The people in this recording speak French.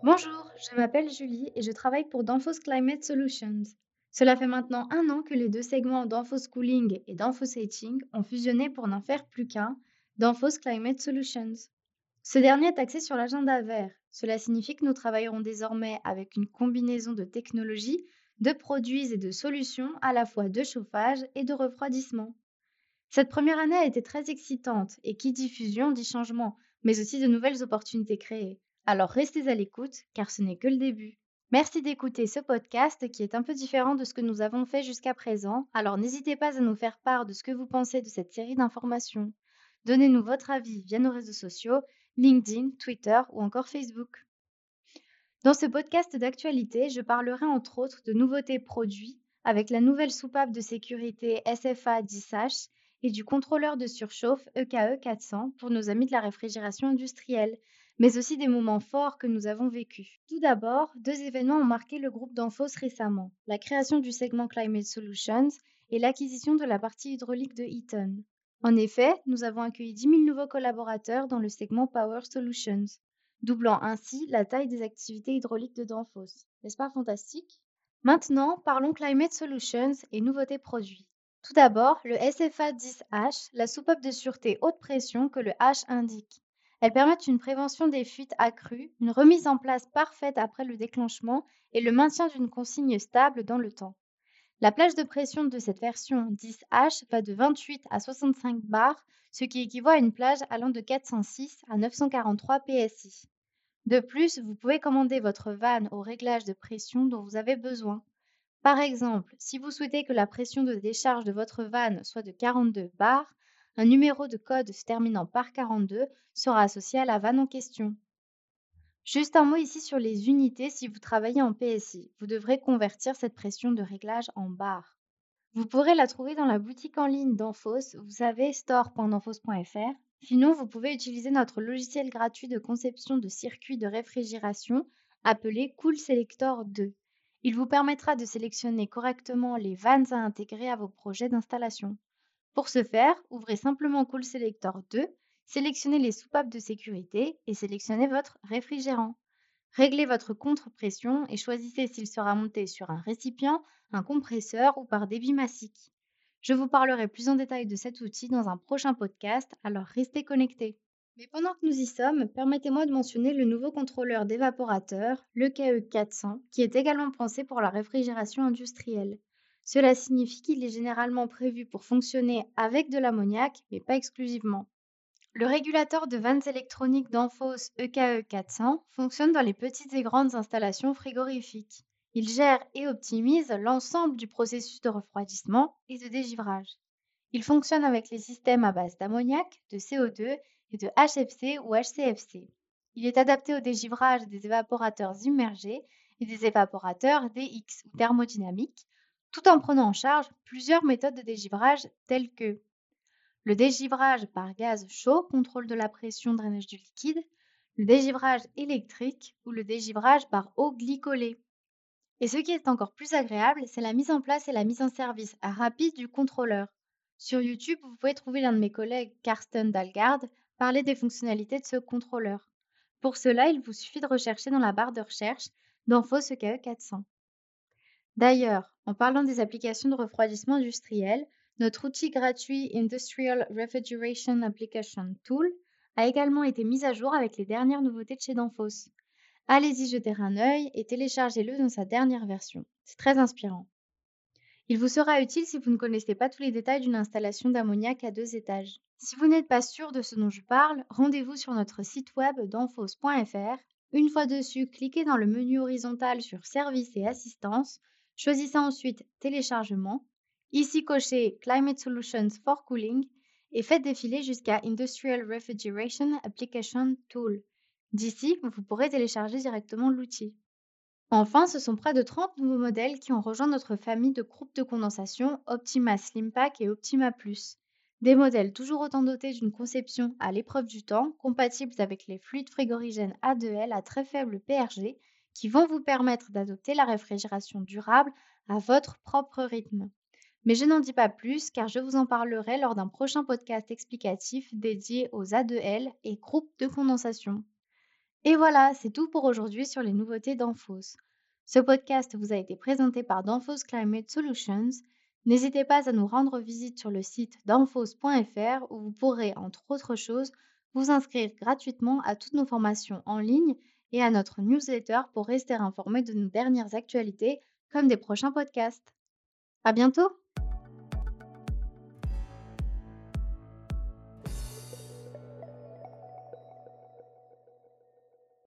Bonjour, je m'appelle Julie et je travaille pour Danfoss Climate Solutions. Cela fait maintenant un an que les deux segments Danfoss Cooling et Danfoss Heating ont fusionné pour n'en faire plus qu'un, Danfoss Climate Solutions. Ce dernier est axé sur l'agenda vert. Cela signifie que nous travaillerons désormais avec une combinaison de technologies, de produits et de solutions à la fois de chauffage et de refroidissement. Cette première année a été très excitante et qui dit fusion dit changement, mais aussi de nouvelles opportunités créées. Alors restez à l'écoute car ce n'est que le début. Merci d'écouter ce podcast qui est un peu différent de ce que nous avons fait jusqu'à présent, alors n'hésitez pas à nous faire part de ce que vous pensez de cette série d'informations. Donnez-nous votre avis via nos réseaux sociaux, LinkedIn, Twitter ou encore Facebook. Dans ce podcast d'actualité, je parlerai entre autres de nouveautés produits avec la nouvelle soupape de sécurité SFA 10H et du contrôleur de surchauffe EKE 400 pour nos amis de la réfrigération industrielle, mais aussi des moments forts que nous avons vécus. Tout d'abord, deux événements ont marqué le groupe d'Enfos récemment, la création du segment Climate Solutions et l'acquisition de la partie hydraulique de Eaton. En effet, nous avons accueilli 10 000 nouveaux collaborateurs dans le segment Power Solutions, doublant ainsi la taille des activités hydrauliques de Danfoss. N'est-ce pas fantastique? Maintenant, parlons Climate Solutions et nouveautés produits. Tout d'abord, le SFA 10H, la soupape de sûreté haute pression que le H indique. Elles permettent une prévention des fuites accrues, une remise en place parfaite après le déclenchement et le maintien d'une consigne stable dans le temps. La plage de pression de cette version 10H va de 28 à 65 bars, ce qui équivaut à une plage allant de 406 à 943 PSI. De plus, vous pouvez commander votre vanne au réglage de pression dont vous avez besoin. Par exemple, si vous souhaitez que la pression de décharge de votre vanne soit de 42 bars, un numéro de code se terminant par 42 sera associé à la vanne en question. Juste un mot ici sur les unités si vous travaillez en PSI. Vous devrez convertir cette pression de réglage en bars. Vous pourrez la trouver dans la boutique en ligne d'Enfos, vous savez, store.danfoss.fr. Sinon, vous pouvez utiliser notre logiciel gratuit de conception de circuits de réfrigération appelé Cool Selector 2. Il vous permettra de sélectionner correctement les vannes à intégrer à vos projets d'installation. Pour ce faire, ouvrez simplement Cool Selector 2, sélectionnez les soupapes de sécurité et sélectionnez votre réfrigérant. Réglez votre contre-pression et choisissez s'il sera monté sur un récipient, un compresseur ou par débit massique. Je vous parlerai plus en détail de cet outil dans un prochain podcast, alors restez connectés. Mais pendant que nous y sommes, permettez-moi de mentionner le nouveau contrôleur d'évaporateur, le KE 400, qui est également pensé pour la réfrigération industrielle. Cela signifie qu'il est généralement prévu pour fonctionner avec de l'ammoniac, mais pas exclusivement. Le régulateur de vannes électroniques d'Enfos EKE 400 fonctionne dans les petites et grandes installations frigorifiques. Il gère et optimise l'ensemble du processus de refroidissement et de dégivrage. Il fonctionne avec les systèmes à base d'ammoniac, de CO2 et de HFC ou HCFC. Il est adapté au dégivrage des évaporateurs immergés et des évaporateurs DX ou thermodynamiques, tout en prenant en charge plusieurs méthodes de dégivrage telles que le dégivrage par gaz chaud, contrôle de la pression, drainage du liquide, le dégivrage électrique ou le dégivrage par eau glycolée. Et ce qui est encore plus agréable, c'est la mise en place et la mise en service rapide du contrôleur. Sur YouTube, vous pouvez trouver l'un de mes collègues, Karsten Dalgard, parler des fonctionnalités de ce contrôleur. Pour cela, il vous suffit de rechercher dans la barre de recherche d'Enfos EKE 400. D'ailleurs, en parlant des applications de refroidissement industriel, notre outil gratuit Industrial Refrigeration Application Tool a également été mis à jour avec les dernières nouveautés de chez Danfoss. Allez-y jeter un œil et téléchargez-le dans sa dernière version. C'est très inspirant. Il vous sera utile si vous ne connaissez pas tous les détails d'une installation d'ammoniac à 2 étages. Si vous n'êtes pas sûr de ce dont je parle, rendez-vous sur notre site web danfoss.fr. Une fois dessus, cliquez dans le menu horizontal sur Services et Assistance, choisissez ensuite Téléchargement, ici cochez Climate Solutions for Cooling et faites défiler jusqu'à Industrial Refrigeration Application Tool. D'ici, vous pourrez télécharger directement l'outil. Enfin, ce sont près de 30 nouveaux modèles qui ont rejoint notre famille de groupes de condensation Optima Slimpack et Optima Plus. Des modèles toujours autant dotés d'une conception à l'épreuve du temps, compatibles avec les fluides frigorigènes A2L à très faible PRG, qui vont vous permettre d'adopter la réfrigération durable à votre propre rythme. Mais je n'en dis pas plus car je vous en parlerai lors d'un prochain podcast explicatif dédié aux A2L et groupes de condensation. Et voilà, c'est tout pour aujourd'hui sur les nouveautés d'Enphos. Ce podcast vous a été présenté par Danfoss Climate Solutions. N'hésitez pas à nous rendre visite sur le site danfoss.fr où vous pourrez, entre autres choses, vous inscrire gratuitement à toutes nos formations en ligne et à notre newsletter pour rester informé de nos dernières actualités comme des prochains podcasts. À bientôt!